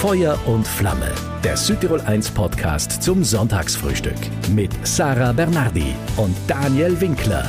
Feuer und Flamme, der Südtirol 1 Podcast zum Sonntagsfrühstück mit Sarah Bernardi und Daniel Winkler.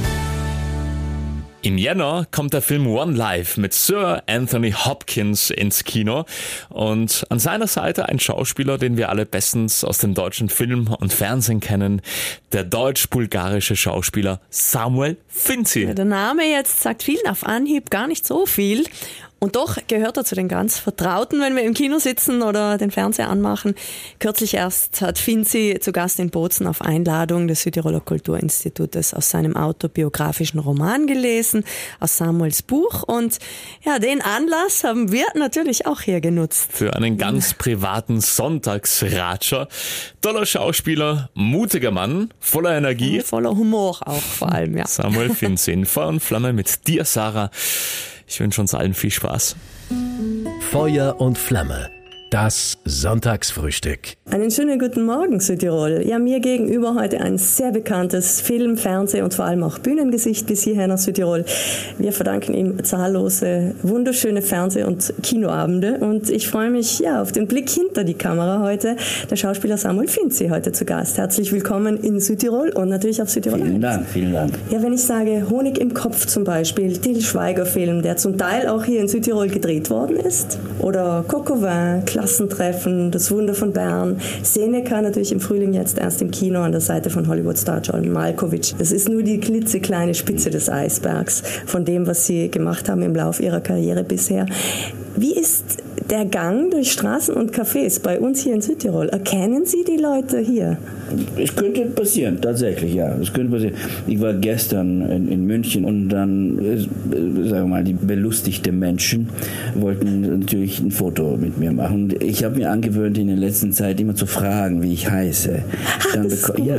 Im Jänner kommt der Film One Life mit Sir Anthony Hopkins ins Kino und an seiner Seite ein Schauspieler, den wir alle bestens aus dem deutschen Film und Fernsehen kennen, der deutsch-bulgarische Schauspieler Samuel Finci. Ja, der Name jetzt sagt vielen auf Anhieb gar nicht so viel. Und doch gehört er zu den ganz Vertrauten, wenn wir im Kino sitzen oder den Fernseher anmachen. Kürzlich erst hat Finci zu Gast in Bozen auf Einladung des Südtiroler Kulturinstitutes aus seinem autobiografischen Roman gelesen, aus Samuels Buch. Und ja, den Anlass haben wir natürlich auch hier genutzt. Für einen ganz privaten Sonntagsratscher. Toller Schauspieler, mutiger Mann, voller Energie. Voller Humor auch vor allem, ja. Samuel Finci in Feuer und Flamme mit dir, Sarah. Ich wünsche uns allen viel Spaß. Feuer und Flamme, das Sonntagsfrühstück. Einen schönen guten Morgen, Südtirol. Ja, mir gegenüber heute ein sehr bekanntes Film-, Fernseh- und vor allem auch Bühnengesicht bis hierher nach Südtirol. Wir verdanken ihm zahllose, wunderschöne Fernseh- und Kinoabende. Und ich freue mich auf den Blick hinter die Kamera heute. Der Schauspieler Samuel Finci heute zu Gast. Herzlich willkommen in Südtirol und natürlich auf Südtirol 1. Vielen Dank. Ja, wenn ich sage Honig im Kopf zum Beispiel, Til Schweiger-Film, der zum Teil auch hier in Südtirol gedreht worden ist. Oder Coq au Vin, Klassentreffen, Das Wunder von Bern. Seneca natürlich im Frühling jetzt erst im Kino an der Seite von Hollywood-Star John Malkovich. Das ist nur die klitzekleine Spitze des Eisbergs von dem, was Sie gemacht haben im Lauf Ihrer Karriere bisher. Wie ist der Gang durch Straßen und Cafés bei uns hier in Südtirol? Erkennen Sie die Leute hier? Es könnte passieren, tatsächlich, ja. Es könnte passieren. Ich war gestern in München und dann, sagen wir mal, die belustigten Menschen wollten natürlich ein Foto mit mir machen. Ich habe mir angewöhnt, in der letzten Zeit immer zu fragen, wie ich heiße. Dann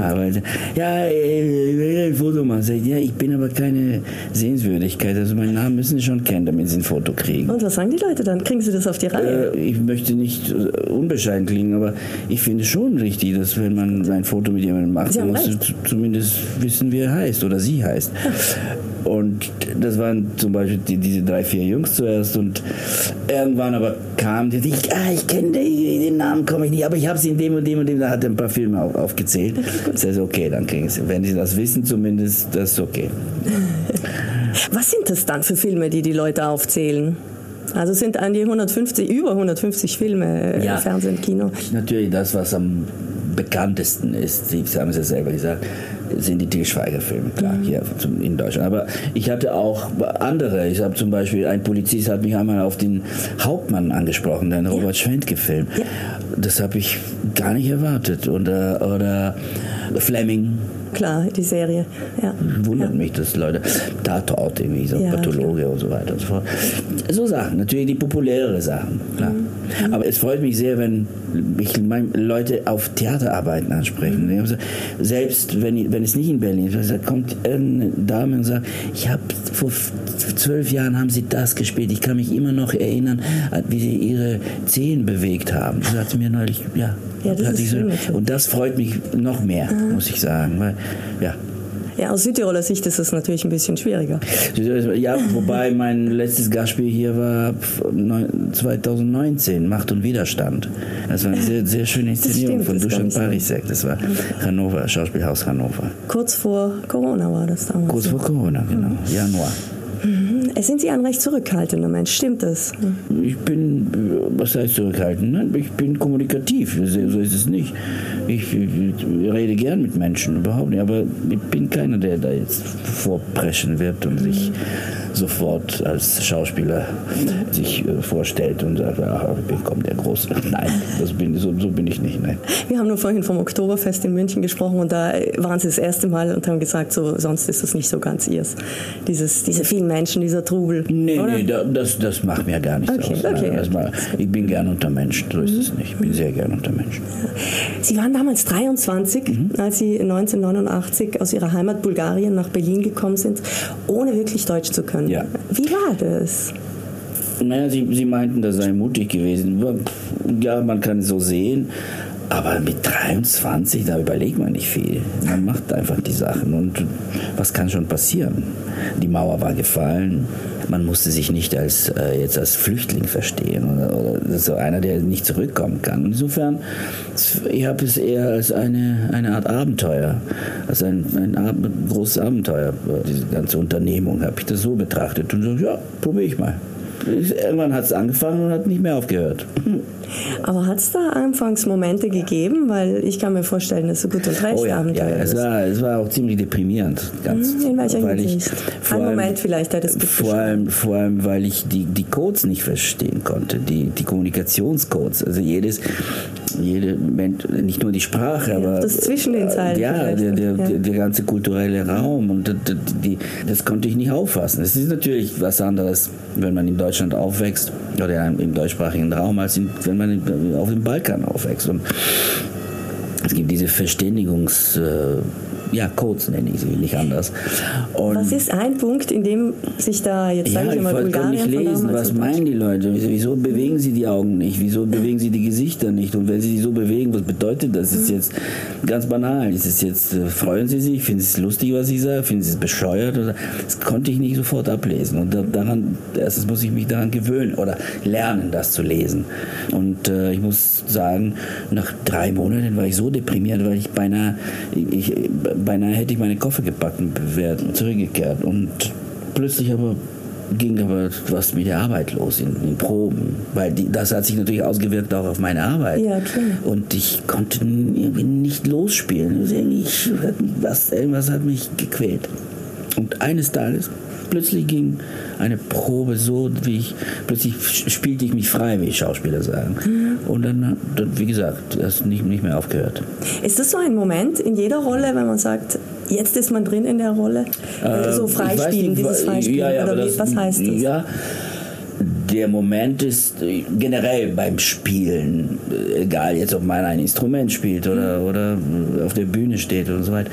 ein Foto machen. Ich bin aber keine Sehenswürdigkeit. Also meinen Namen müssen Sie schon kennen, damit Sie ein Foto kriegen. Und was sagen die Leute dann? Kriegen Sie das auf die Reihe? Ich möchte nicht unbescheiden klingen, aber ich finde schon richtig, dass wenn man ein Foto mit jemandem macht, dann muss zumindest wissen, wie er heißt oder sie heißt. Und das waren zum Beispiel diese 3-4 Jungs zuerst und irgendwann aber kam die, ich kenne den Namen, komme ich nicht, aber ich habe sie in dem und dem und dem, da hat er ein paar Filme aufgezählt. Das heißt, okay, dann kriegen sie, wenn sie das wissen zumindest, das ist okay. Was sind das dann für Filme, die Leute aufzählen? Also sind an die über 150 Filme im Fernsehen und Kino. Natürlich das, was am bekanntesten ist, Sie haben es ja selber gesagt, sind die Til Schweiger-Filme, klar, hier in Deutschland. Aber ich hatte auch andere. Ich habe zum Beispiel, ein Polizist hat mich einmal auf den Hauptmann angesprochen, den Robert Schwentke-Film. Ja. Das habe ich gar nicht erwartet. Oder Fleming. Klar, die Serie. Ja. Wundert mich, dass Leute Tatort irgendwie, so Pathologe klar. Und so weiter und so fort. So Sachen, natürlich die populärere Sachen, klar. Aber es freut mich sehr, wenn mich Leute auf Theaterarbeiten ansprechen. Selbst wenn es nicht in Berlin ist, da kommt irgendeine Dame und sagt, ich habe vor 12 Jahren haben Sie das gespielt. Ich kann mich immer noch erinnern, wie Sie Ihre Zehen bewegt haben. Sie sagte mir neulich, das ist und das freut mich noch mehr, muss ich sagen, weil Ja, aus Südtiroler Sicht ist das natürlich ein bisschen schwieriger. Ja, wobei mein letztes Gastspiel hier war 2019, Macht und Widerstand. Das war eine sehr, sehr schöne Inszenierung von Dusan Parisek. Das war Hannover, Schauspielhaus Hannover. Kurz vor Corona war das damals. Kurz vor Corona, genau. Januar. Sind Sie ein recht zurückhaltender Mensch, stimmt das? Ich bin, was heißt zurückhaltend? Nein, ich bin kommunikativ, so ist es nicht. Ich rede gern mit Menschen, überhaupt nicht, aber ich bin keiner, der da jetzt vorpreschen wird und sich sofort als Schauspieler sich vorstellt und sagt, kommt der Große. Nein, so bin ich nicht. Nein. Wir haben nur vorhin vom Oktoberfest in München gesprochen und da waren Sie das erste Mal und haben gesagt, so, sonst ist das nicht so ganz Ihrs. Diese vielen Menschen, dieser Trubel. Nee, das macht mir gar nichts aus. Okay. Ich bin gern unter Menschen, so ist es nicht. Ich bin sehr gern unter Menschen. Sie waren damals 23, als Sie 1989 aus Ihrer Heimat Bulgarien nach Berlin gekommen sind, ohne wirklich Deutsch zu können. Ja. Wie war das? Naja, Sie meinten, das sei mutig gewesen. Ja, man kann es so sehen. Aber mit 23, da überlegt man nicht viel. Man macht einfach die Sachen und was kann schon passieren? Die Mauer war gefallen. Man musste sich nicht jetzt als Flüchtling verstehen oder so einer, der nicht zurückkommen kann. Insofern, ich habe es eher als eine Art Abenteuer, als ein großes Abenteuer. Diese ganze Unternehmung habe ich das so betrachtet und so, ja, probiere ich mal. Irgendwann hat es angefangen und hat nicht mehr aufgehört. Aber hat es da anfangs Momente gegeben? Weil ich kann mir vorstellen, dass so gut und recht Abenteuer ist. Es war auch ziemlich deprimierend. In welcher Hinsicht? Ein Moment vielleicht, der das vor allem, weil ich die Codes nicht verstehen konnte, die Kommunikationscodes. Also nicht nur die Sprache, aber das zwischen den Zeilen. Ja, der ganze kulturelle Raum und das konnte ich nicht auffassen. Es ist natürlich was anderes, wenn man in Deutschland aufwächst oder im deutschsprachigen Raum, als wenn man auf dem Balkan aufwächst. Und es gibt diese Verständigungs Codes nenne ich sie, nicht anders. Und was ist ein Punkt, in dem sich da jetzt, sage ich mal, Bulgarien nicht lesen, was meinen die Leute? Wieso bewegen sie die Augen nicht? Wieso bewegen sie die Gesichter nicht? Und wenn sie die so bewegen, was bedeutet das? Ist jetzt ganz banal. Ist es jetzt, freuen sie sich? Finden sie es lustig, was ich sage? Finden sie es bescheuert? Das konnte ich nicht sofort ablesen. Und erstens muss ich mich daran gewöhnen oder lernen, das zu lesen. Und ich muss sagen, nach 3 Monaten war ich so deprimiert, weil ich beinahe hätte ich meine Koffer gepackt und zurückgekehrt. Und plötzlich ging was mit der Arbeit los in Proben. Weil das hat sich natürlich ausgewirkt auch auf meine Arbeit. Ja, klar. Und ich konnte irgendwie nicht losspielen. Irgendwas hat mich gequält. Und eines Tages plötzlich ging eine Probe so, plötzlich spielte ich mich frei, wie Schauspieler sagen. Und dann, wie gesagt, das nicht mehr aufgehört. Ist das so ein Moment in jeder Rolle, wenn man sagt, jetzt ist man drin in der Rolle? So Freispielen, dieses Freispielen, was heißt das? Ja, der Moment ist generell beim Spielen, egal jetzt, ob man ein Instrument spielt oder auf der Bühne steht und so weiter.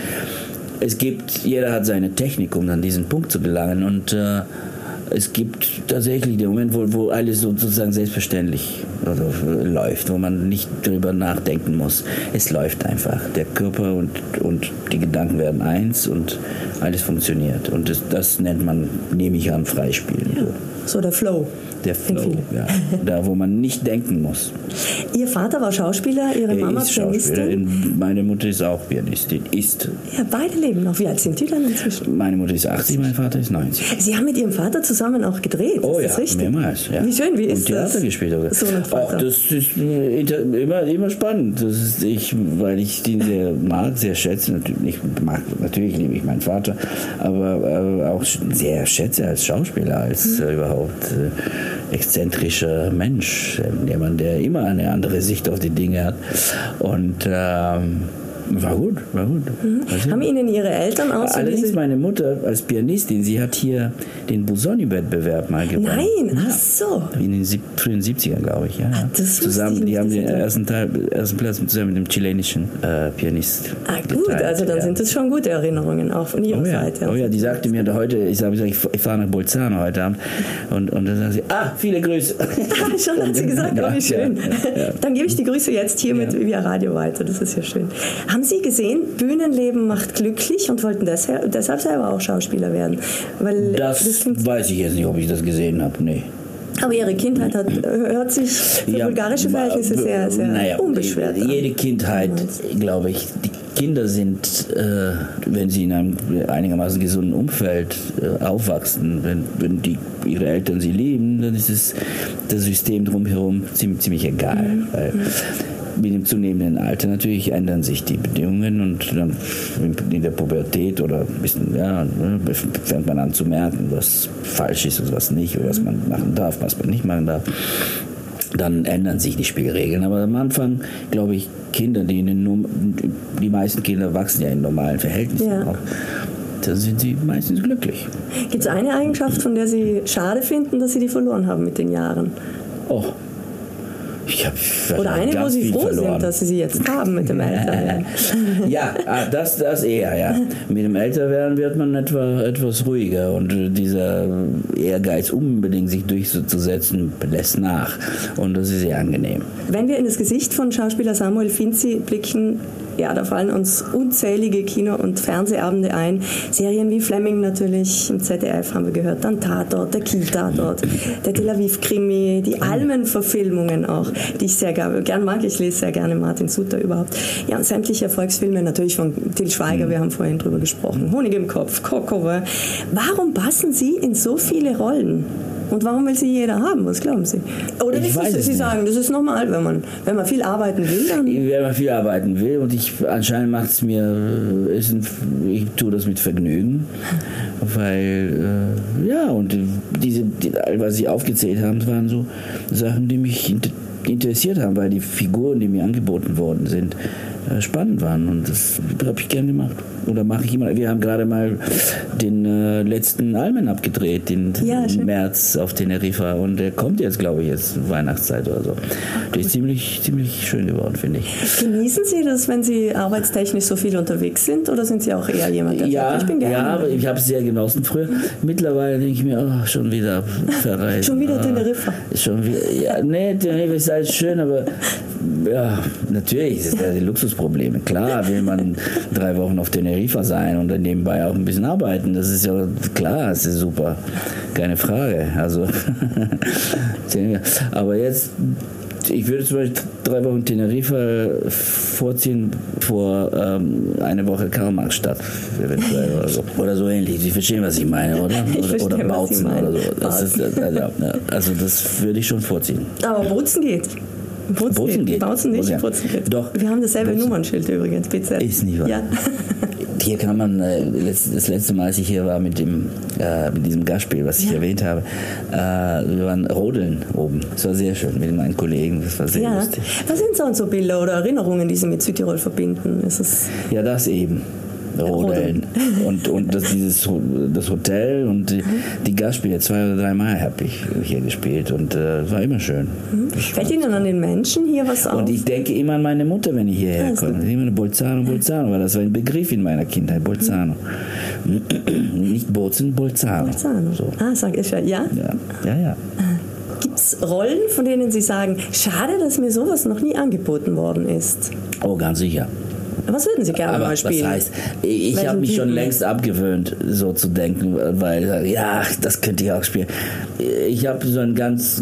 Jeder hat seine Technik, um an diesen Punkt zu gelangen und es gibt tatsächlich den Moment, wo alles sozusagen selbstverständlich läuft, wo man nicht drüber nachdenken muss. Es läuft einfach. Der Körper und die Gedanken werden eins und alles funktioniert. Und das nennt man, nehme ich an, Freispielen. Ja. So der Flow. Der Flow, ja. Da, wo man nicht denken muss. Ihr Vater war Schauspieler, Ihre Mama Pianistin? Meine Mutter ist auch Pianistin. Ja, beide leben noch. Wie alt sind die dann inzwischen? Meine Mutter ist 80, mein Vater ist 90. Sie haben mit Ihrem Vater zusammen auch gedreht, ist das richtig? Mehrmals, ja. Wie schön, wie ist und das? Theater gespielt. So ein Vater. Das ist immer spannend. Weil ich den sehr mag, sehr schätze. Natürlich liebe ich meinen Vater, aber auch sehr schätze als Schauspieler, als überhaupt exzentrischer Mensch, der immer eine andere Sicht auf die Dinge hat. Und war gut. Haben Ihnen Ihre Eltern auch so allerdings meine Mutter als Pianistin, sie hat hier den Busoni-Wettbewerb mal gewonnen. Nein, ach so. In den frühen 70ern, glaube ich. Ja. Das zusammen, die haben den ersten Platz zusammen mit dem chilenischen Pianist gut, geteilt. also dann sind das schon gute Erinnerungen auch von Ihrer Seite. Oh ja, die sagte mir heute, ich fahre nach Bolzano heute Abend und dann sagt sie, viele Grüße. Schon hat sie gesagt, wie schön. Ja. Dann gebe ich die Grüße jetzt hier mit via Radio weiter, das ist ja schön. Haben Sie gesehen, Bühnenleben macht glücklich und wollten deshalb selber auch Schauspieler werden? Weil das weiß ich jetzt nicht, ob ich das gesehen habe, nee. Aber Ihre Kindheit hört sich für bulgarische Verhältnisse sehr, sehr unbeschwert an. Jede Kindheit, glaube ich, die Kinder sind, wenn sie in einem einigermaßen gesunden Umfeld aufwachsen, wenn ihre Eltern sie lieben, dann ist das System drumherum ziemlich egal. Weil mit dem zunehmenden Alter natürlich ändern sich die Bedingungen und dann in der Pubertät oder ein bisschen, fängt man an zu merken, was falsch ist und was nicht, oder was man machen darf, was man nicht machen darf. Dann ändern sich die Spielregeln. Aber am Anfang, glaube ich, Kinder, die meisten Kinder wachsen ja in normalen Verhältnissen auf. Dann sind sie meistens glücklich. Gibt es eine Eigenschaft, von der Sie schade finden, dass Sie die verloren haben mit den Jahren? Oder eine, wo Sie froh sind, dass Sie jetzt haben mit dem Älterwerden. Ja, das eher, ja. Mit dem Älterwerden wird man etwas ruhiger und dieser Ehrgeiz, unbedingt sich durchzusetzen, lässt nach. Und das ist sehr angenehm. Wenn wir in das Gesicht von Schauspieler Samuel Finzi blicken, ja, da fallen uns unzählige Kino- und Fernsehabende ein. Serien wie Fleming natürlich, im ZDF haben wir gehört, dann Tatort, der Kiel-Tatort, der Tel Aviv-Krimi, die Almen-Verfilmungen auch, die ich sehr gern mag. Ich lese sehr gerne Martin Suter überhaupt. Ja, und sämtliche Erfolgsfilme natürlich von Til Schweiger, wir haben vorhin drüber gesprochen. Honig im Kopf, Kokova. Warum passen Sie in so viele Rollen? Und warum will sie jeder haben? Was glauben Sie? Oder ist es, Sie sagen, das ist normal, wenn man viel arbeiten will, dann... Wenn man viel arbeiten will und anscheinend macht es mir, ich tue das mit Vergnügen, weil, und was Sie aufgezählt haben, waren so Sachen, die mich interessiert haben, weil die Figuren, die mir angeboten worden sind, spannend waren und das habe ich gern gemacht. Oder mache ich immer. Wir haben gerade mal den letzten Almen abgedreht, im März auf Teneriffa und der kommt jetzt, glaube ich, jetzt Weihnachtszeit oder so. Der ist ziemlich schön geworden, finde ich. Genießen Sie das, wenn Sie arbeitstechnisch so viel unterwegs sind oder sind Sie auch eher jemand, der sagt, ich bin gerne? Ja, aber ich habe es sehr genossen früher. Mittlerweile denke ich mir, schon wieder verreisen. Schon wieder Teneriffa? Schon wieder, Teneriffa ist alles schön, aber ja, natürlich ist das die Luxusprobleme. Klar will man 3 Wochen auf Teneriffa sein und dann nebenbei auch ein bisschen arbeiten. Das ist ja klar, das ist super. Keine Frage. Also, aber jetzt, ich würde zum Beispiel 3 Wochen Teneriffa vorziehen vor eine Woche Karl-Marx-Stadt eventuell oder so ähnlich. Sie verstehen, was ich meine, oder? Oder Bautzen oder so. Also das würde ich schon vorziehen. Aber Bozen geht. Bozen geht. Bautzen nicht, Bozen geht. Doch. Wir haben dasselbe Nummernschild übrigens, BZ. Ist nicht wahr. Ja. Hier kann man, das letzte Mal, als ich hier war mit diesem Gastspiel, was ich erwähnt habe, wir waren rodeln oben. Das war sehr schön mit meinen Kollegen, das war sehr lustig. Was sind sonst so Bilder oder Erinnerungen, die Sie mit Südtirol verbinden? Ja, das eben. Rodeln. Und das Hotel und die Gastspiele, 2 oder 3 Mal habe ich hier gespielt und es war immer schön. Fällt Ihnen an den Menschen hier was auf? Und ich denke immer an meine Mutter, wenn ich hierher komme. Immer Bolzano, weil das war ein Begriff in meiner Kindheit, Bolzano. Nicht Bozen, Bolzano. So. Sag ich ja. Ja. Gibt es Rollen, von denen Sie sagen, schade, dass mir sowas noch nie angeboten worden ist? Oh, ganz sicher. Was würden Sie gerne mal spielen? Was heißt, ich habe mich schon längst abgewöhnt, so zu denken, weil, das könnte ich auch spielen. Ich habe so einen ganz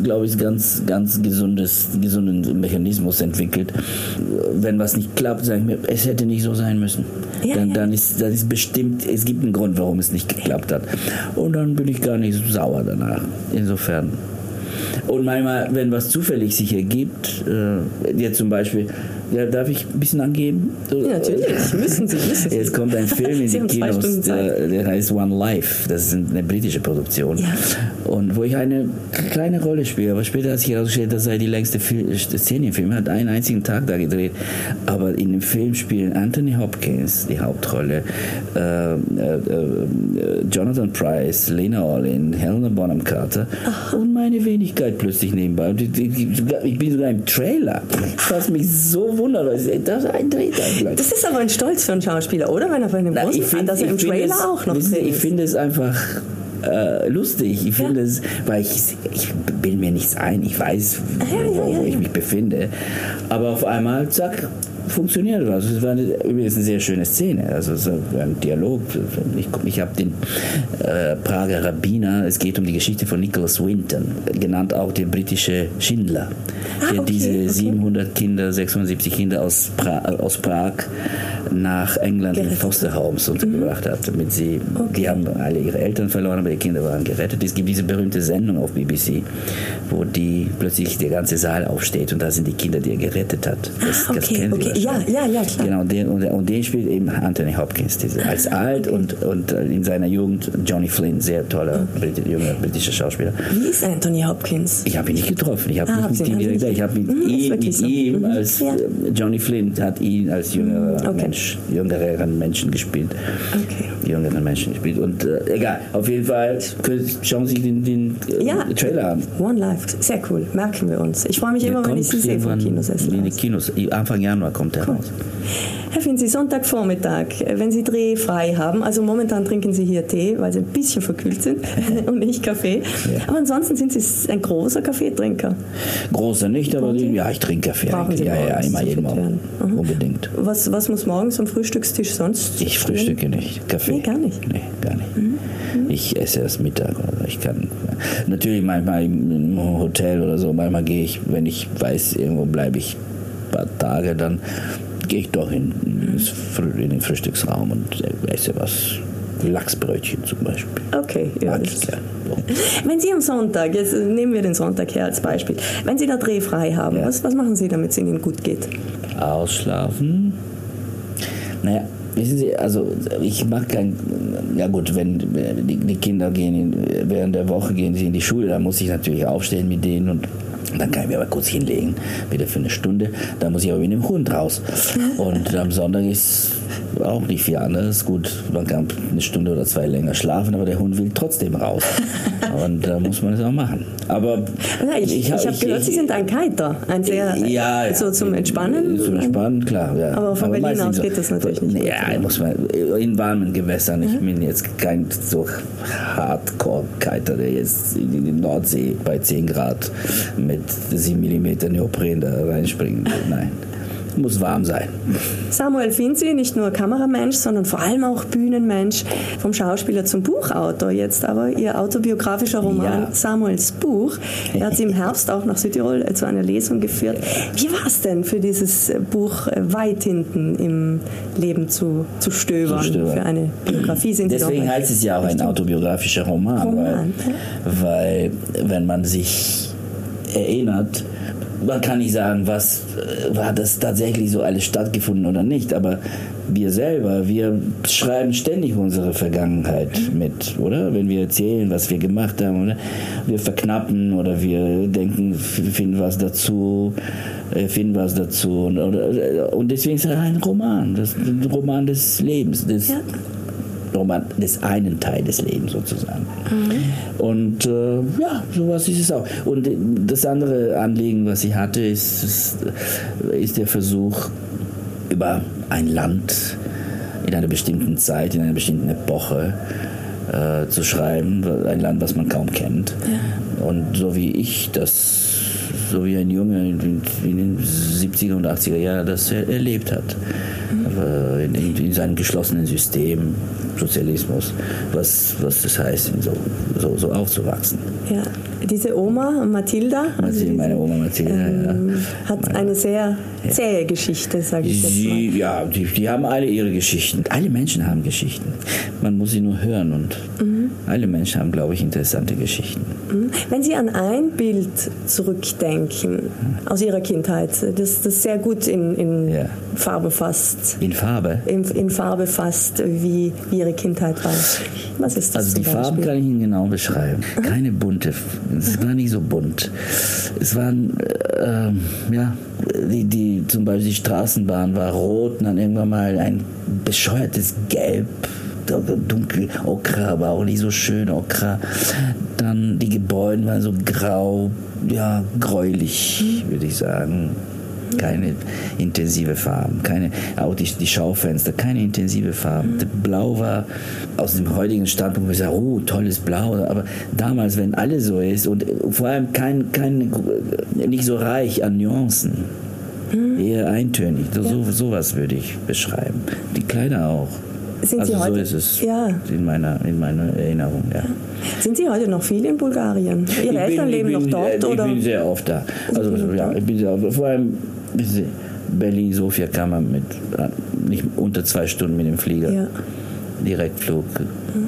gesunden Mechanismus entwickelt. Wenn was nicht klappt, sage ich mir, es hätte nicht so sein müssen. Dann ist bestimmt, es gibt einen Grund, warum es nicht geklappt hat. Und dann bin ich gar nicht so sauer danach. Insofern. Und manchmal, wenn was zufällig sich ergibt, jetzt zum Beispiel, darf ich ein bisschen angeben? Ja, natürlich, müssen Sie. Jetzt kommt ein Film in die Kinos, der heißt One Life, das ist eine britische Produktion. Ja. Und wo ich eine kleine Rolle spiele, aber später hat sich herausgestellt, das sei die längste Szene im Film, er hat einen einzigen Tag da gedreht, aber in dem Film spielen Anthony Hopkins die Hauptrolle, Jonathan Pryce, Lena Olin, Helena Bonham Carter und meine Wenigkeit plötzlich nebenbei. Und ich bin sogar im Trailer, was mich so wundert. Das ist ein Drehtag. Das ist aber ein Stolz für einen Schauspieler, oder? Wenn er bei einem großen Fan, dass er im Trailer auch noch drin ist. Ich finde es einfach lustig. Ich finde es, weil ich bilde mir nichts ein. Ich weiß, wo ich mich befinde. Aber auf einmal, zack, funktioniert was. Es war übrigens eine sehr schöne Szene. Also es war ein Dialog. Ich habe den Prager Rabbiner, es geht um die Geschichte von Nicholas Winton, genannt auch der britische Schindler, der diese 700 Kinder, 76 Kinder aus Prag nach England in Foster Homes untergebracht hat, damit sie, die haben alle ihre Eltern verloren, aber die Kinder waren gerettet. Es gibt diese berühmte Sendung auf BBC, wo plötzlich der ganze Saal aufsteht und da sind die Kinder, die er gerettet hat. Das kennen Sie. Ja, klar. Genau, und den spielt eben Anthony Hopkins, als alt und in seiner Jugend Johnny Flynn, sehr toller junger britischer Schauspieler. Wie ist Anthony Hopkins? Ich habe ihn nicht getroffen, ich habe nicht mit ihm direkt, ich habe mit ihm als Johnny Flynn hat ihn als jüngeren Menschen gespielt. Jüngeren Menschen gespielt und egal, auf jeden Fall schauen Sie sich den Trailer an. One Life, sehr cool, merken wir uns. Ich freue mich immer, wenn ich Sie sehe vom Kinosessel. In die Kinos, Anfang Januar kommt er raus. Herr Finzi, Sonntagvormittag, wenn Sie Dreh frei haben, also momentan trinken Sie hier Tee, weil Sie ein bisschen verkühlt sind und nicht Kaffee, aber ansonsten sind Sie ein großer Kaffeetrinker. Großer nicht, aber ich trinke Kaffee. Immer jeden Morgen, unbedingt. Was muss morgens am Frühstückstisch sonst? Ich frühstücke nicht. Kaffee? Nee, gar nicht. Nee, gar nicht. Ich esse erst Mittag. Oder ich kann natürlich manchmal im Hotel oder so, manchmal gehe ich, wenn ich weiß, irgendwo bleibe ich ein paar Tage, dann gehe ich doch in den Frühstücksraum und esse was. Lachsbrötchen zum Beispiel. Okay, ja. Wenn Sie am Sonntag, jetzt nehmen wir den Sonntag her als Beispiel, wenn Sie da Dreh frei haben, was machen Sie, damit es Ihnen gut geht? Ausschlafen. Naja, wissen Sie, also ich mag wenn die Kinder gehen, während der Woche gehen sie in die Schule, dann muss ich natürlich aufstehen mit denen und dann kann ich mich aber kurz hinlegen, wieder für eine Stunde. Dann muss ich aber mit dem Hund raus. Und am Sonntag ist auch nicht viel anderes. Gut, man kann eine Stunde oder zwei länger schlafen, aber der Hund will trotzdem raus. Und da muss man es auch machen. Aber ich habe gehört, Sie sind ein Kiter. Ein sehr, so zum Entspannen? Zum Entspannen, klar. Ja. Aber von Berlin aus geht das natürlich nicht. Ja, muss man in warmen Gewässern. Ich bin jetzt kein so Hardcore-Kiter, der jetzt in die Nordsee bei 10 Grad mit 7 mm Neopren da reinspringen. Nein, muss warm sein. Samuel Finzi, nicht nur Kameramensch, sondern vor allem auch Bühnenmensch, vom Schauspieler zum Buchautor jetzt, aber Ihr autobiografischer Roman Samuels Buch. Er hat Sie im Herbst auch nach Südtirol zu einer Lesung geführt. Wie war es denn für dieses Buch weit hinten im Leben zu stöbern? Für eine Biografie sind Deswegen heißt es ja auch ein autobiografischer Roman. Weil wenn man sich erinnert, man kann nicht sagen, was war das tatsächlich so alles stattgefunden oder nicht, aber wir schreiben ständig unsere Vergangenheit mit, oder? Wenn wir erzählen, was wir gemacht haben, oder? Wir verknappen oder wir denken, finden was dazu. Und deswegen ist es ein Roman, ein Roman des Lebens, Roman des einen Teil des Lebens sozusagen. Und sowas ist es auch. Und das andere Anliegen, was ich hatte, ist der Versuch, über ein Land in einer bestimmten Zeit, in einer bestimmten Epoche zu schreiben. Ein Land, was man kaum kennt. Ja. Und so wie ein Junge in den 70er und 80er Jahren das erlebt hat. In seinem geschlossenen System, Sozialismus, was das heißt, so aufzuwachsen. Ja, diese Oma, Mathilda, meine Oma Mathilda, hat eine sehr zähe Geschichte, sage ich jetzt mal. Ja, die haben alle ihre Geschichten. Alle Menschen haben Geschichten. Man muss sie nur hören und alle Menschen haben, glaube ich, interessante Geschichten. Wenn Sie an ein Bild zurückdenken aus Ihrer Kindheit, das sehr gut in Farbe fasst. In Farbe? In Farbe fasst, wie Ihre Kindheit war. Was ist das? Also die Farben kann ich Ihnen genau beschreiben. Keine bunte, es war nicht so bunt. Es waren, zum Beispiel die Straßenbahn war rot und dann irgendwann mal ein bescheuertes Gelb. Dunkel, Okra, aber auch nicht so schön Okra. Dann die Gebäude waren so grau, gräulich, würde ich sagen. Keine intensive Farben, auch die Schaufenster, keine intensive Farben. Blau war aus dem heutigen Standpunkt, wo ich sage, tolles Blau, aber damals, wenn alles so ist und vor allem nicht so reich an Nuancen, eher eintönig, sowas würde ich beschreiben. Die Kleider auch. Sind Sie heute, so ist es in meiner Erinnerung, ja. Sind Sie heute noch viel in Bulgarien? Ihre Eltern leben noch dort? Ich bin sehr oft da. Ich bin sehr oft. Vor allem Berlin, Sofia kann man mit nicht unter 2 Stunden mit dem Flieger. Direktflug.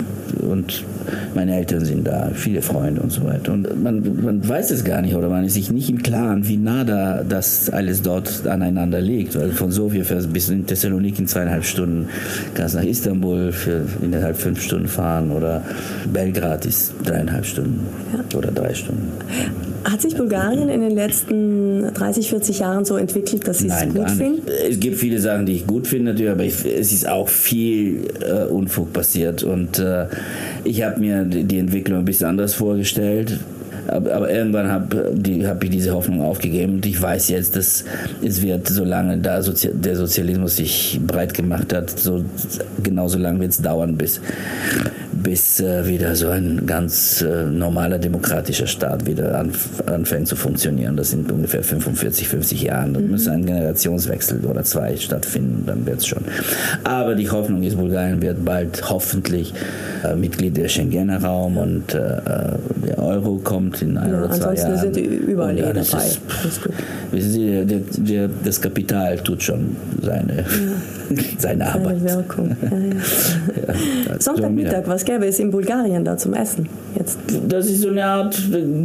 und meine Eltern sind da, viele Freunde und so weiter. Und man weiß es gar nicht oder man ist sich nicht im Klaren, wie nah da das alles dort aneinander liegt. Weil von Sofia bis in Thessaloniki in 2,5 Stunden, kannst nach Istanbul für innerhalb 5 Stunden fahren oder Belgrad ist 3,5 Stunden oder 3 Stunden. Hat sich Bulgarien in den letzten 30, 40 Jahren so entwickelt, dass Sie es gut finden? Es gibt viele Sachen, die ich gut finde, natürlich, aber es ist auch viel Unfug passiert. Und ich habe mir die Entwicklung ein bisschen anders vorgestellt. Aber irgendwann habe ich diese Hoffnung aufgegeben. Und ich weiß jetzt, dass es wird, solange der Sozialismus sich breit gemacht hat, genauso lange wird es dauern, bis wieder so ein ganz normaler demokratischer Staat wieder anfängt zu funktionieren. Das sind ungefähr 45, 50 Jahre. Da muss ein Generationswechsel oder 2 stattfinden, dann wird es schon. Aber die Hoffnung ist, Bulgarien wird bald hoffentlich Mitglied der Schengener Raum und der Euro kommt in 1 oder 2 Jahren. Ansonsten sind die überall dabei. Wissen Sie, das Kapital tut schon seine Arbeit. Seine Wirkung. Sonntagmittag, was gäbe es in Bulgarien da zum Essen? Jetzt? Das ist so eine Art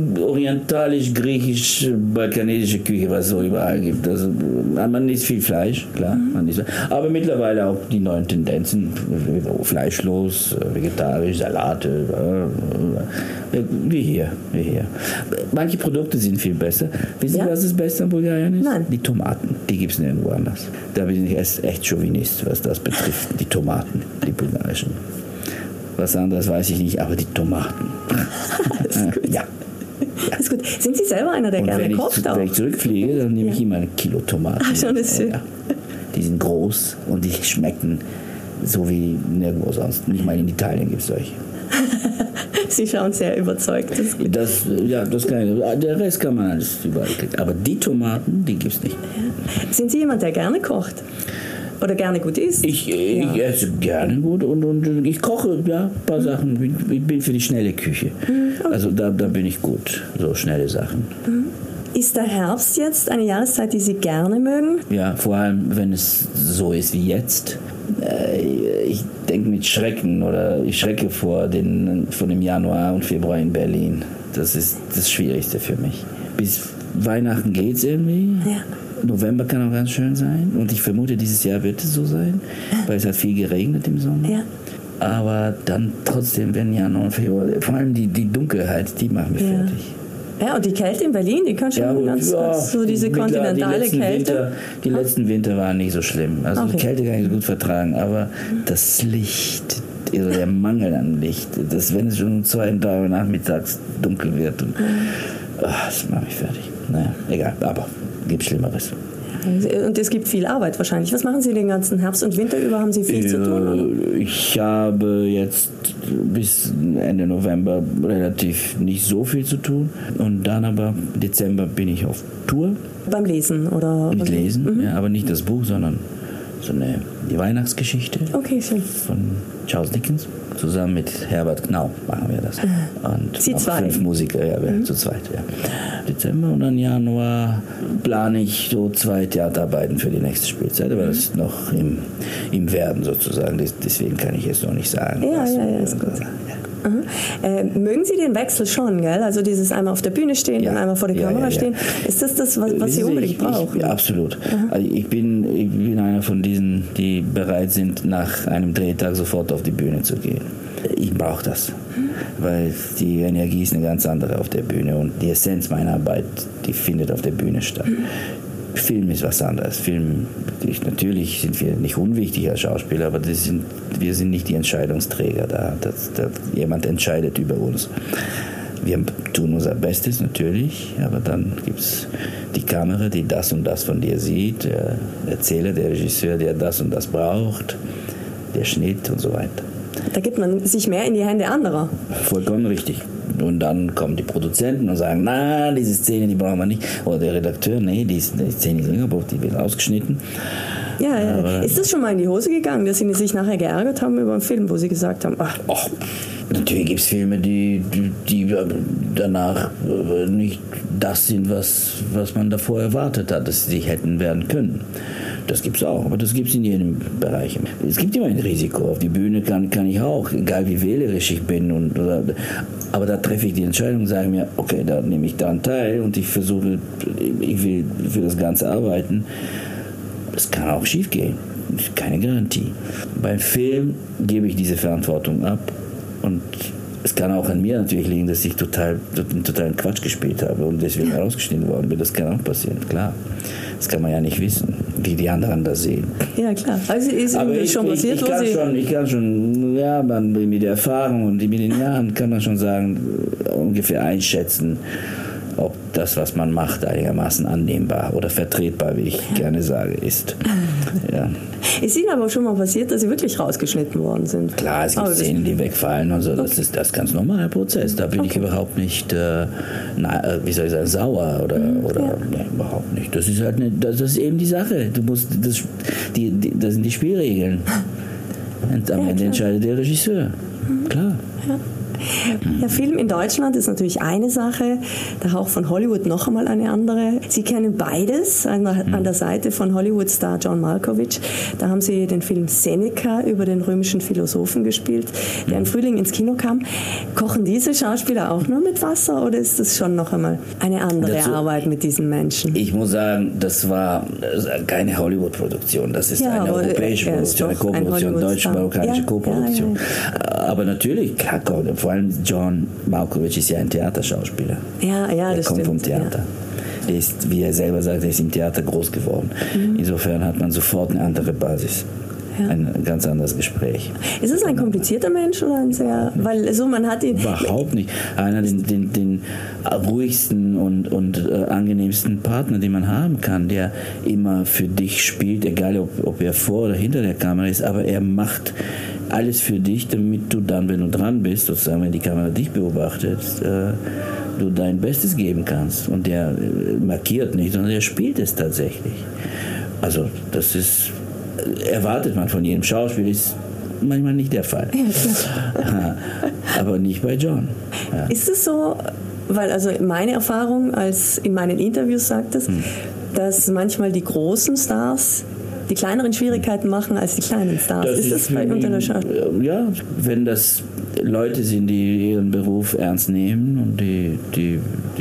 orientalisch-griechisch-balkanesische Küche, was es so überall gibt. Also, man isst viel Fleisch, klar. Aber mittlerweile auch die neuen Tendenzen, fleischlos, vegetarisch, Salate, wie hier. Manche Produkte sind viel besser. Wissen Sie, was das Beste an Bulgarien ist? Nein. Die Tomaten. Die gibt es nirgendwo anders. Da bin ich echt Chauvinist, was das betrifft. Die Tomaten, die bulgarischen. Was anderes weiß ich nicht, aber die Tomaten. Ist gut. Ja. Ist gut. Sind Sie selber einer, der gerne kocht? Wenn ich zurückfliege, dann nehme ich immer 1 Kilo Tomaten. Ach, schon ist schön. Ja. Die sind groß und die schmecken so wie nirgendwo sonst. Nicht mal in Italien gibt es solche. Sie schauen sehr überzeugt. Das kann ich. Der Rest kann man alles überall kriegen. Aber die Tomaten, die gibt es nicht. Ja. Sind Sie jemand, der gerne kocht? Oder gerne gut isst? Ich esse gerne gut und ich koche ein paar Sachen. Ich bin für die schnelle Küche. Okay. Also da bin ich gut. So schnelle Sachen. Ist der Herbst jetzt eine Jahreszeit, die Sie gerne mögen? Ja, vor allem, wenn es so ist wie jetzt. Ich denke mit Schrecken oder ich schrecke vor dem Januar und Februar in Berlin. Das ist das Schwierigste für mich. Bis Weihnachten geht es irgendwie. Ja. November kann auch ganz schön sein. Und ich vermute, dieses Jahr wird es so sein, weil es hat viel geregnet im Sommer. Ja. Aber dann trotzdem, wenn Januar und Februar, vor allem die Dunkelheit, die macht mich fertig. Ja, und die Kälte in Berlin, die kann schon ganz so diese kontinentale Kälte. Die letzten Winter waren nicht so schlimm. Also die Kälte kann ich so gut vertragen, aber das Licht, also der Mangel an Licht, wenn es schon um 2, 3 Uhr nachmittags dunkel wird, das macht mich fertig. Naja, egal, aber gibt Schlimmeres. Und es gibt viel Arbeit wahrscheinlich. Was machen Sie den ganzen Herbst und Winter über? Haben Sie viel zu tun? Oder? Ich habe jetzt bis Ende November relativ nicht so viel zu tun. Und dann aber im Dezember bin ich auf Tour. Beim Lesen? Oder? Mit Lesen, ja, aber nicht das Buch, sondern die Weihnachtsgeschichte von Charles Dickens. Zusammen mit Herbert Knaub machen wir das. Und Sie 2? 5 Musiker, zu zweit. Ja. Dezember und dann Januar plane ich so 2 Theaterarbeiten für die nächste Spielzeit, aber das ist noch im Werden sozusagen. Deswegen kann ich jetzt noch nicht sagen. Ja, ist gut. Mögen Sie den Wechsel schon, gell? Also dieses einmal auf der Bühne stehen und einmal vor der Kamera stehen. Ist das, was Sie unbedingt brauchen? Absolut. Also ich bin einer von diesen, die bereit sind, nach einem Drehtag sofort auf die Bühne zu gehen. Ich brauche das, weil die Energie ist eine ganz andere auf der Bühne und die Essenz meiner Arbeit, die findet auf der Bühne statt. Film ist was anderes. Natürlich sind wir nicht unwichtig als Schauspieler, aber wir sind nicht die Entscheidungsträger da. Jemand entscheidet über uns. Wir tun unser Bestes natürlich, aber dann gibt es die Kamera, die das und das von dir sieht, der Erzähler, der Regisseur, der das und das braucht, der Schnitt und so weiter. Da gibt man sich mehr in die Hände anderer. Vollkommen richtig. Und dann kommen die Produzenten und sagen, na, diese Szene, die brauchen wir nicht. Oder der Redakteur, nee, die Szene ist eingebaut, die wird ausgeschnitten. Ja. Ist das schon mal in die Hose gegangen, dass Sie sich nachher geärgert haben über einen Film, wo Sie gesagt haben, natürlich gibt es Filme, die danach nicht das sind, was man davor erwartet hat, dass sie hätten werden können. Das gibt es auch, aber das gibt es in jedem Bereich. Es gibt immer ein Risiko. Auf die Bühne kann ich auch, egal wie wählerisch ich bin. Aber da treffe ich die Entscheidung und sage mir, okay, da nehme ich daran teil und ich will für das Ganze arbeiten. Das kann auch schief gehen. Keine Garantie. Beim Film gebe ich diese Verantwortung ab und es kann auch an mir natürlich liegen, dass ich totalen Quatsch gespielt habe und deswegen rausgeschnitten worden bin. Das kann auch passieren, klar. Das kann man ja nicht wissen, wie die anderen das sehen. Ja, klar. Also ist schon passiert, ich kann schon, ja, mit der Erfahrung und mit den Jahren kann man schon sagen, ungefähr einschätzen, ob das, was man macht, einigermaßen annehmbar oder vertretbar, wie ich gerne sage, ist. Ja. Ist Ihnen aber schon mal passiert, dass Sie wirklich rausgeschnitten worden sind? Klar, es gibt Szenen, die wegfallen und so. Das ist das ganz normaler Prozess. Da bin ich überhaupt nicht, sauer oder nee, überhaupt nicht. Das ist halt das ist eben die Sache. Das sind die Spielregeln. Und am Ende entscheidet der Regisseur. Klar. Ja. Ja, Film in Deutschland ist natürlich eine Sache, der Hauch von Hollywood noch einmal eine andere. Sie kennen beides an der Seite von Hollywood-Star John Malkovich. Da haben Sie den Film Seneca über den römischen Philosophen gespielt, der im Frühling ins Kino kam. Kochen diese Schauspieler auch nur mit Wasser oder ist das schon noch einmal eine andere Arbeit mit diesen Menschen? Ich muss sagen, das war keine Hollywood-Produktion. Das ist eine europäische Produktion, eine Co-Produktion, deutsch-marokkanische Co-Produktion. Aber natürlich, klar, vor allem John Malkovich ist ja ein Theaterschauspieler. Ja, das kommt vom Theater. Ja. Der ist, wie er selber sagt, er ist im Theater groß geworden. Insofern hat man sofort eine andere Basis. Ja. Ein ganz anderes Gespräch. Ist es ein komplizierter Mensch oder ein sehr, weil so man hat ihn... Überhaupt nicht. Einer den ruhigsten und angenehmsten Partner, den man haben kann, der immer für dich spielt, egal ob er vor oder hinter der Kamera ist, aber er macht alles für dich, damit du dann, wenn du dran bist, sozusagen, wenn die Kamera dich beobachtet, du dein Bestes geben kannst. Und der markiert nicht, sondern der spielt es tatsächlich. Also das ist, erwartet man von jedem Schauspieler, ist manchmal nicht der Fall. Ja, aber nicht bei John. Ja. Ist es so, weil also meine Erfahrung als in meinen Interviews sagt es, dass manchmal die großen Stars die kleineren Schwierigkeiten machen als die kleinen Stars. Ist das bei Unterschied? Ja, wenn das Leute sind, die ihren Beruf ernst nehmen und die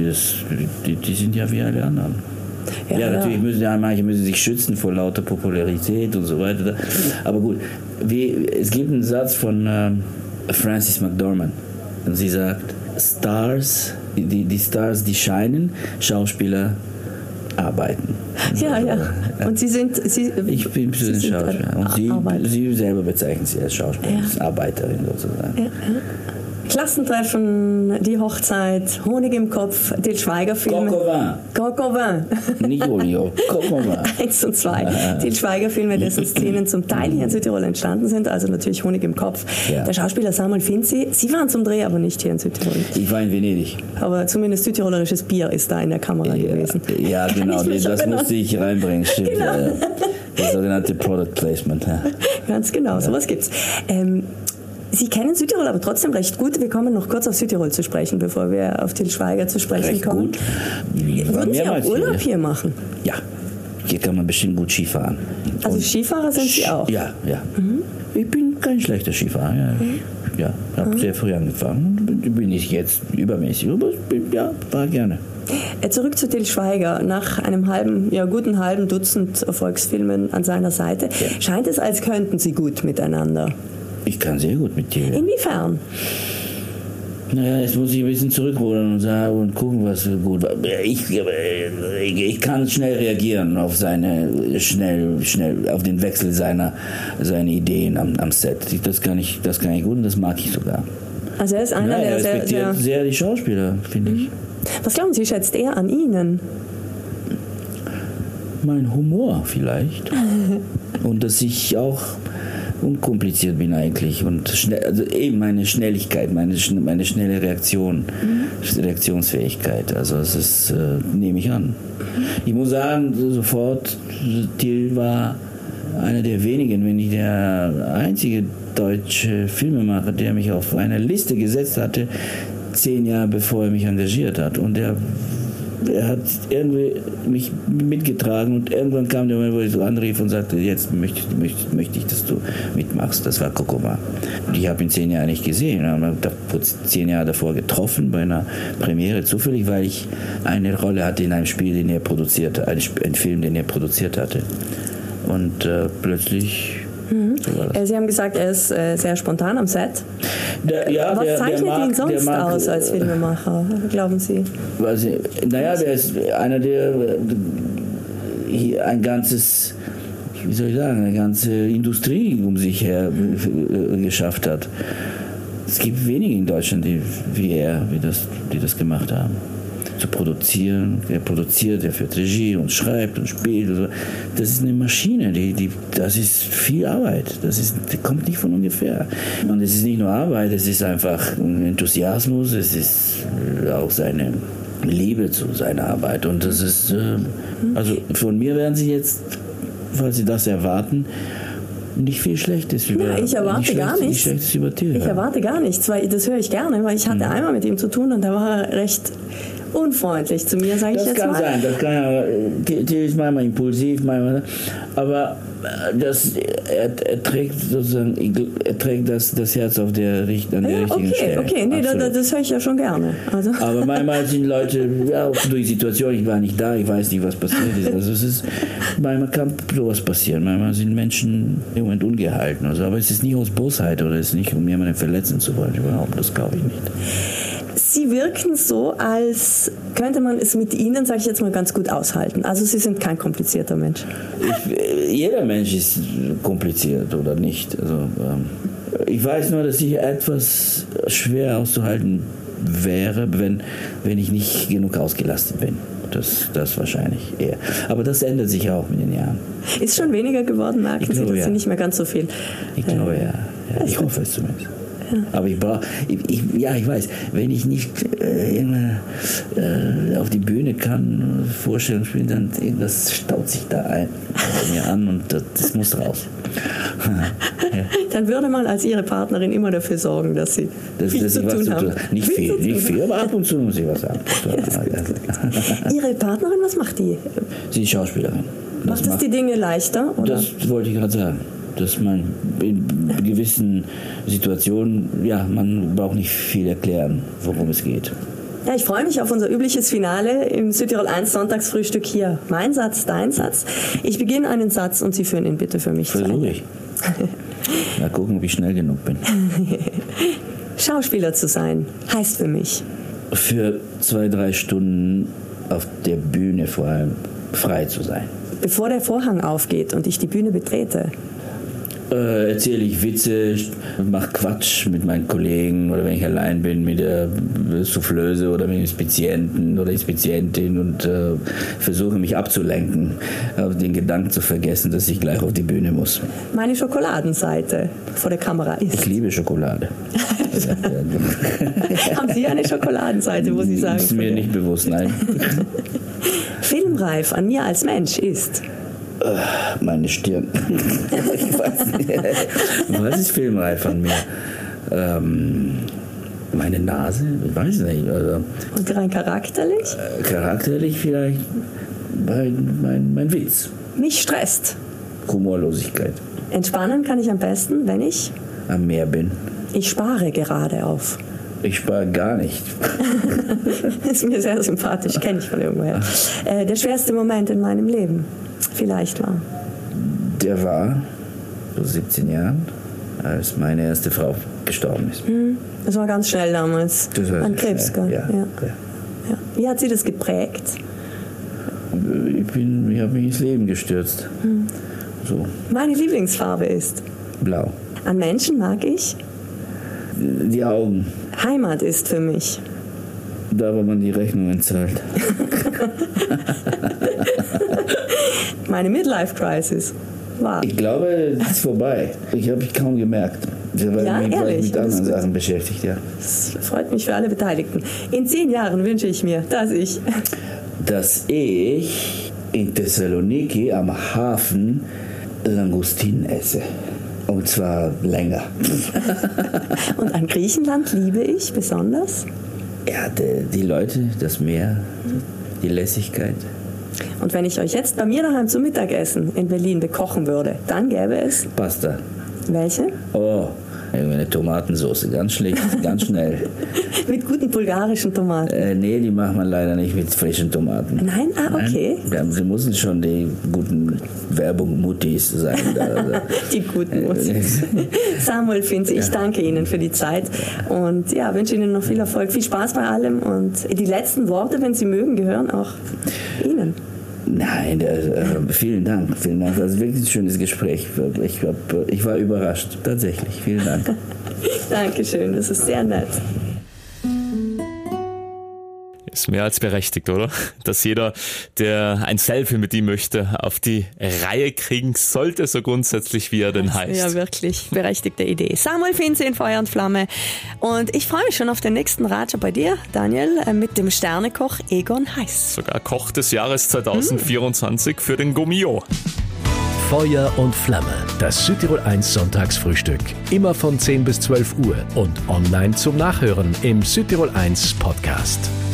sind ja wie alle anderen. Ja, natürlich manche müssen sich schützen vor lauter Popularität und so weiter. Aber gut, es gibt einen Satz von Frances McDormand und sie sagt, Stars, die Stars, die scheinen, Schauspieler arbeiten. Ja. Und ich bin für den Schauspieler. Und sie selber bezeichnen sie als Schauspielerin, als Arbeiterin sozusagen. Ja. Klassentreffen, die Hochzeit, Honig im Kopf, Til Schweiger-Filme. Coq au vin. Nicht Olio, Coq au vin. 1 und 2. Til Schweiger-Filme, dessen Szenen zum Teil hier in Südtirol entstanden sind, also natürlich Honig im Kopf. Ja. Der Schauspieler Samuel Finzi, Sie waren zum Dreh, aber nicht hier in Südtirol. Ich war in Venedig. Aber zumindest südtirolerisches Bier ist da in der Kamera gewesen. Ja, genau, das musste ich reinbringen, stimmt. Genau. Das sogenannte Product Placement. Ja. Ganz genau, sowas gibt's. Sie kennen Südtirol aber trotzdem recht gut. Wir kommen noch kurz auf Südtirol zu sprechen, bevor wir auf Til Schweiger zu sprechen kommen. Gut. Würden Sie auch Urlaub hier machen? Ja, hier kann man bestimmt gut Skifahren. Also Skifahrer sind Sie auch? Ja. Ich bin kein schlechter Skifahrer. Ja, habe sehr früh angefangen. Bin ich jetzt übermäßig, aber war gerne. Zurück zu Til Schweiger. Nach einem guten halben Dutzend Erfolgsfilmen an seiner Seite scheint es, als könnten Sie gut miteinander. Ich kann sehr gut mit dir. Inwiefern? Naja, jetzt muss ich ein bisschen zurückrudern und gucken, was gut war. Ich kann schnell reagieren auf auf den Wechsel seiner Ideen am Set. Das kann ich gut und das mag ich sogar. Also er ist einer, der respektiert sehr die Schauspieler, finde ich. Was glauben Sie, schätzt er an Ihnen? Mein Humor vielleicht. Und dass ich auch unkompliziert bin eigentlich und schnell, also eben meine Schnelligkeit, meine schnelle Reaktionsfähigkeit, also das ist, nehme ich an. Ich muss sagen, sofort, Til war einer der wenigen, wenn nicht der einzige deutsche Filmemacher, der mich auf eine Liste gesetzt hatte, 10 Jahre bevor er mich engagiert hat, und er er hat irgendwie mich mitgetragen und irgendwann kam der Moment, wo ich so anrief und sagte, jetzt möchte ich, dass du mitmachst. Das war Kokova. Ich habe ihn 10 Jahre nicht gesehen. Wir haben 10 Jahre davor getroffen bei einer Premiere, zufällig, weil ich eine Rolle hatte in einem Spiel, den er produzierte, ein Film, den er produziert hatte. Und plötzlich... So Sie haben gesagt, er ist sehr spontan am Set. Was zeichnet ihn sonst aus als Filmemacher, glauben Sie? Der ist einer, der ein ganzes, eine ganze Industrie um sich her geschafft hat. Es gibt wenige in Deutschland, die das gemacht haben. Zu produzieren, er produziert, er führt Regie und schreibt und spielt. Und so. Das ist eine Maschine, das ist viel Arbeit. Das kommt nicht von ungefähr. Und es ist nicht nur Arbeit, es ist einfach ein Enthusiasmus, es ist auch seine Liebe zu seiner Arbeit. Und das ist, also von mir werden Sie jetzt, falls Sie das erwarten, nicht viel Schlechtes über ich erwarte gar nichts. Ich erwarte gar nichts, weil das höre ich gerne, weil ich hatte einmal mit ihm zu tun und da war er recht unfreundlich zu mir, sage ich jetzt mal. Das kann ja, die ist manchmal impulsiv, aber er trägt sozusagen, das Herz an der richtigen Stelle. Okay, nee, das höre ich ja schon gerne. Also. Aber manchmal sind Leute, auch durch Situationen, ich war nicht da, ich weiß nicht, was passiert ist. Also manchmal kann sowas passieren, manchmal sind Menschen im Moment ungehalten. Also, aber es ist nicht aus Bosheit oder es ist nicht, um jemanden verletzen zu wollen, überhaupt, das glaube ich nicht. Sie wirken so, als könnte man es mit Ihnen, sage ich jetzt mal, ganz gut aushalten. Also Sie sind kein komplizierter Mensch. Jeder Mensch ist kompliziert oder nicht. Also, ich weiß nur, dass ich etwas schwer auszuhalten wäre, wenn ich nicht genug ausgelastet bin. Das wahrscheinlich eher. Aber das ändert sich auch mit den Jahren. Ist schon weniger geworden, merken Sie, dass Sie nicht mehr ganz so viel... Ich glaube, ja. Ich hoffe es zumindest. Aber ich weiß, wenn ich nicht auf die Bühne kann, Vorstellungen spielen, dann das staut sich da bei mir an und das muss raus. Ja. Dann würde man als Ihre Partnerin immer dafür sorgen, dass Sie viel zu tun haben. Nicht viel, aber ab und zu muss ich was sagen. Ihre Partnerin, was macht die? Sie ist Schauspielerin. Macht es die Dinge leichter? Oder? Das wollte ich gerade sagen. Dass man in gewissen Situationen, man braucht nicht viel erklären, worum es geht. Ja, ich freue mich auf unser übliches Finale im Südtirol 1 Sonntagsfrühstück hier. Mein Satz, dein Satz. Ich beginne einen Satz und Sie führen ihn bitte für mich. Versuche ich. Mal gucken, ob ich schnell genug bin. Schauspieler zu sein heißt für mich? Für 2-3 Stunden auf der Bühne vor allem frei zu sein. Bevor der Vorhang aufgeht und ich die Bühne betrete? Erzähle ich Witze, mache Quatsch mit meinen Kollegen oder wenn ich allein bin mit der Soufflöse oder mit dem Inspizienten oder Inspizientin und versuche mich abzulenken, den Gedanken zu vergessen, dass ich gleich auf die Bühne muss. Meine Schokoladenseite vor der Kamera ist? Ich liebe Schokolade. Haben Sie eine Schokoladenseite, wo Sie sagen? Das ist mir nicht bewusst, nein. Filmreif an mir als Mensch ist? Meine Stirn. Ich weiß nicht. Was ist filmreif an mir? Meine Nase? Ich weiß nicht. Und rein charakterlich? Charakterlich vielleicht mein Witz. Mich stresst? Humorlosigkeit. Entspannen kann ich am besten, wenn ich? Am Meer bin. Ich spare gerade auf. Ich spare gar nicht. Ist mir sehr sympathisch, kenne ich von irgendwoher. Der schwerste Moment in meinem Leben vielleicht war? Der war vor 17 Jahren, als meine erste Frau gestorben ist. Das war ganz schnell damals. Das war an Krebs, gell? Ja. Wie hat Sie das geprägt? Ich habe mich ins Leben gestürzt. So. Meine Lieblingsfarbe ist? Blau. An Menschen mag ich? Die Augen. Heimat ist für mich? Da, wo man die Rechnungen zahlt. Meine Midlife-Crisis war? Ich glaube, es ist vorbei. Ich habe mich kaum gemerkt. Weil ich mit anderen Sachen beschäftigt, ja. Das freut mich für alle Beteiligten. In 10 Jahren wünsche ich mir, dass ich in Thessaloniki am Hafen Langustinen esse. Und zwar länger. Und an Griechenland liebe ich besonders? Ja, die Leute, das Meer, Die Lässigkeit. Und wenn ich euch jetzt bei mir daheim zum Mittagessen in Berlin bekochen würde, dann gäbe es... Pasta. Welche? Oh, eine Tomatensauce, ganz schlecht, ganz schnell. Mit guten bulgarischen Tomaten? Nee, die macht man leider nicht mit frischen Tomaten. Nein? Ah, okay. Nein, sie müssen schon die guten Werbung-Muttis sein. Die guten Muttis. Samuel Finse, ich danke Ihnen für die Zeit und ja, wünsche Ihnen noch viel Erfolg, viel Spaß bei allem und die letzten Worte, wenn Sie mögen, gehören auch Ihnen. Nein, vielen Dank. Vielen Dank. Das ist wirklich ein schönes Gespräch. Ich war überrascht, tatsächlich. Vielen Dank. Dankeschön, das ist sehr nett. Ist mehr als berechtigt, oder? Dass jeder, der ein Selfie mit ihm möchte, auf die Reihe kriegen sollte, so grundsätzlich wie er denn heißt. Ja, wirklich berechtigte Idee. Samuel Finse in Feuer und Flamme. Und ich freue mich schon auf den nächsten Ratscher bei dir, Daniel, mit dem Sternekoch Egon Heiß. Sogar Koch des Jahres 2024 für den Gomio. Feuer und Flamme, das Südtirol 1 Sonntagsfrühstück. Immer von 10 bis 12 Uhr und online zum Nachhören im Südtirol 1 Podcast.